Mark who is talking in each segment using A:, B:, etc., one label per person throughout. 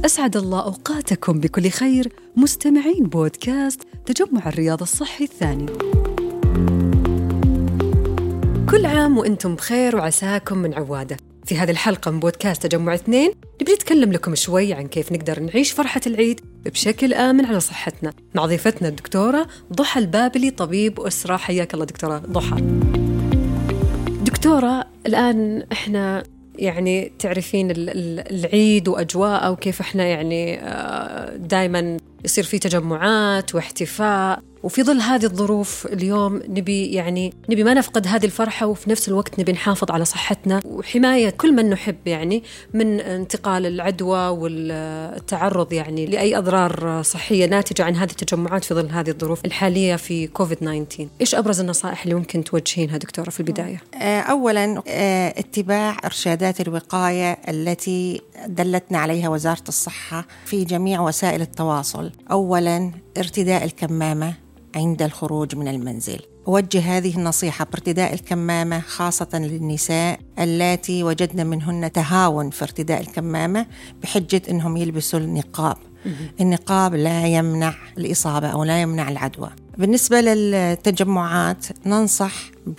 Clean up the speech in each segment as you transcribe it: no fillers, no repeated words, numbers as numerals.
A: أسعد الله أوقاتكم بكل خير مستمعين بودكاست تجمع الرياض الصحي الثاني. كل عام وأنتم بخير وعساكم من عوادة. في هذه الحلقة من بودكاست تجمع 2 نبي نتكلم لكم شوي عن كيف نقدر نعيش فرحة العيد بشكل آمن على صحتنا مع ضيفتنا الدكتورة ضحى البابلي، طبيب أسرة. حياك الله دكتورة ضحى. دكتورة، الآن إحنا يعني تعرفين العيد وأجواءه وكيف إحنا يعني دايما يصير في تجمعات واحتفاء، وفي ظل هذه الظروف اليوم نبي ما نفقد هذه الفرحة، وفي نفس الوقت نبي نحافظ على صحتنا وحماية كل من نحب يعني من انتقال العدوى والتعرض يعني لأي أضرار صحية ناتجة عن هذه التجمعات في ظل هذه الظروف الحالية في كوفيد-19. إيش أبرز النصائح اللي ممكن توجهينها دكتورة في البداية؟
B: أولا اتباع إرشادات الوقاية التي دلتنا عليها وزارة الصحة في جميع وسائل التواصل. أولا ارتداء الكمامة عند الخروج من المنزل. أوجه هذه النصيحة بارتداء الكمامة خاصة للنساء اللاتي وجدنا منهن تهاون في ارتداء الكمامة بحجة أنهم يلبسوا النقاب. النقاب لا يمنع الإصابة أو لا يمنع العدوى. بالنسبة للتجمعات ننصح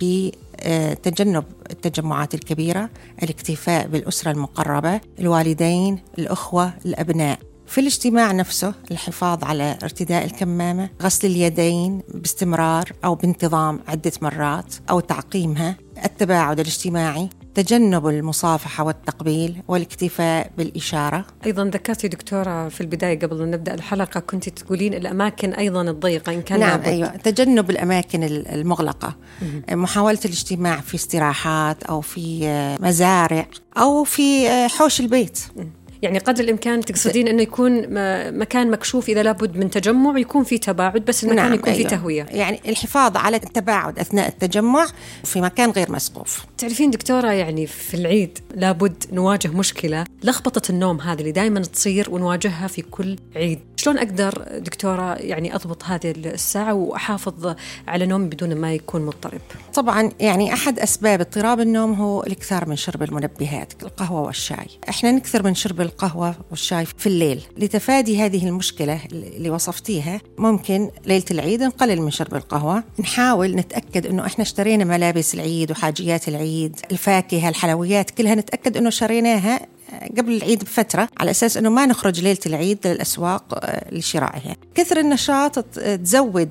B: بتجنب التجمعات الكبيرة، الاكتفاء بالأسرة المقربة، الوالدين، الأخوة، الأبناء. في الاجتماع نفسه الحفاظ على ارتداء الكمامة، غسل اليدين باستمرار أو بانتظام عدة مرات أو تعقيمها، التباعد الاجتماعي، تجنب المصافحة والتقبيل، والاكتفاء بالإشارة.
A: أيضا ذكرتي دكتورة في البداية قبل أن نبدأ الحلقة كنت تقولين الأماكن أيضا الضيقة إن كان
B: نعم أيوة، تجنب الأماكن المغلقة، محاولة الاجتماع في استراحات أو في مزارع أو في حوش البيت.
A: يعني قدر الإمكان تقصدين أنه يكون مكان مكشوف إذا لابد من تجمع، يكون فيه تباعد بس المكان
B: نعم
A: يكون
B: أيوة.
A: فيه تهوية،
B: يعني الحفاظ على التباعد أثناء التجمع في مكان غير مسقوف.
A: تعرفين دكتورة، يعني في العيد لابد نواجه مشكلة لخبطة النوم هذه اللي دائما تصير ونواجهها في كل عيد. شلون أقدر دكتورة يعني أضبط هذه الساعة وأحافظ على نومي بدون ما يكون مضطرب؟
B: طبعا يعني أحد أسباب اضطراب النوم هو الإكثار من شرب المنبهات، القهوة والشاي. إحنا نكثر من شرب القهوة والشاي في الليل. لتفادي هذه المشكلة اللي وصفتيها ممكن ليلة العيد نقلل من شرب القهوة، نحاول نتأكد أنه إحنا اشترينا ملابس العيد وحاجيات العيد، الفاكهة، الحلويات، كلها نتأكد أنه شريناها قبل العيد بفترة على أساس أنه ما نخرج ليلة العيد للأسواق لشرائها. كثر النشاط تزود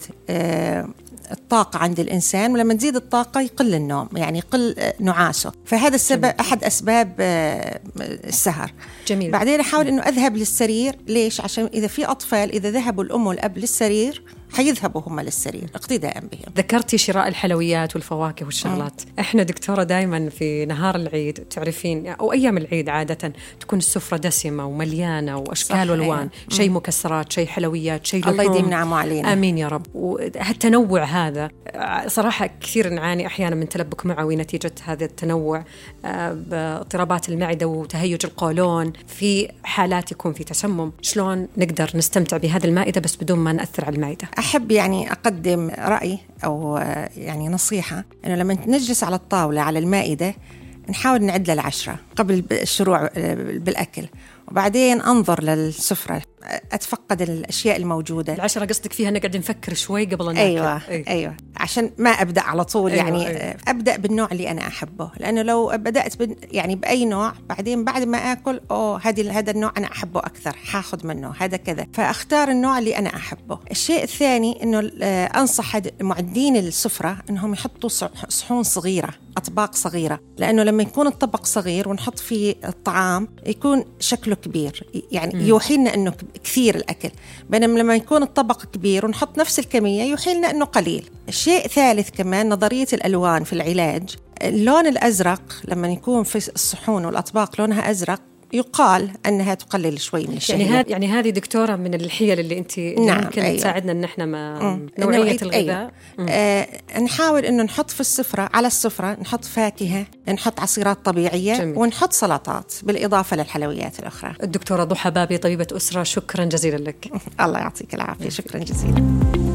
B: الطاقة عند الإنسان، ولما تزيد الطاقة يقل النوم، يعني يقل نعاسه. فهذا السبب أحد أسباب السهر.
A: جميل.
B: بعدين أحاول أنه أذهب للسرير. ليش؟ عشان إذا في أطفال إذا ذهبوا الأم والأب للسرير حيذهبوا هم للسرير اقتداء بهم.
A: ذكرتي شراء الحلويات والفواكه والشغلات. احنا دكتورة دايما في نهار العيد تعرفين او ايام العيد عادة تكون السفرة دسمة ومليانة واشكال والوان، شيء مكسرات، شيء حلويات، شيء لحوم.
B: الله يديم نعمه علينا.
A: امين يا رب. والتنوع هذا صراحة كثير نعاني احيانا من تلبك معوي نتيجة هذا التنوع، باضطرابات المعدة وتهيج القولون، في حالات يكون في تسمم. شلون نقدر نستمتع بهذه المائدة بس بدون ما نأثر على المعدة؟
B: أحب يعني أقدم رأي أو يعني نصيحة أنه لما نجلس على الطاولة على المائدة نحاول نعد ل10 قبل الشروع بالأكل، وبعدين أنظر للسفرة، أتفقد الأشياء الموجودة.
A: 10 قصدك فيها نقعد نفكر شوي قبل أن
B: ناكل. أيوة عشان ما أبدأ على طول. يعني أبدأ بالنوع اللي أنا أحبه، لأنه لو بدأت يعني بأي نوع بعدين بعد ما أكل هذا النوع أنا أحبه أكثر، حاخذ منه هذا كذا، فأختار النوع اللي أنا أحبه. الشيء الثاني إنه أنصح معدين السفرة إنهم يحطوا صحون صغيرة، أطباق صغيرة، لأنه لما يكون الطبق صغير ونحط فيه الطعام يكون شكله كبير، يعني يوحي لنا أنه كثير الأكل، بينما لما يكون الطبق كبير ونحط نفس الكمية يوحي لنا أنه قليل. الشيء ثالث كمان نظرية الألوان في العلاج. اللون الأزرق لما يكون في الصحون والأطباق لونها أزرق يقال أنها تقلل شوي من الشهية.
A: يعني هذه دكتورة من الحيل اللي أنت ممكن تساعدنا أن احنا نوعية الغذاء.
B: نحاول أنه نحط في السفرة، على السفرة نحط فاكهة، نحط عصيرات طبيعية. جميل. ونحط سلطات بالإضافة للحلويات الأخرى.
A: الدكتورة ضحى بابلي، طبيبة أسرة، شكرا جزيلا لك.
B: الله يعطيك العافية. شكرا جزيلا.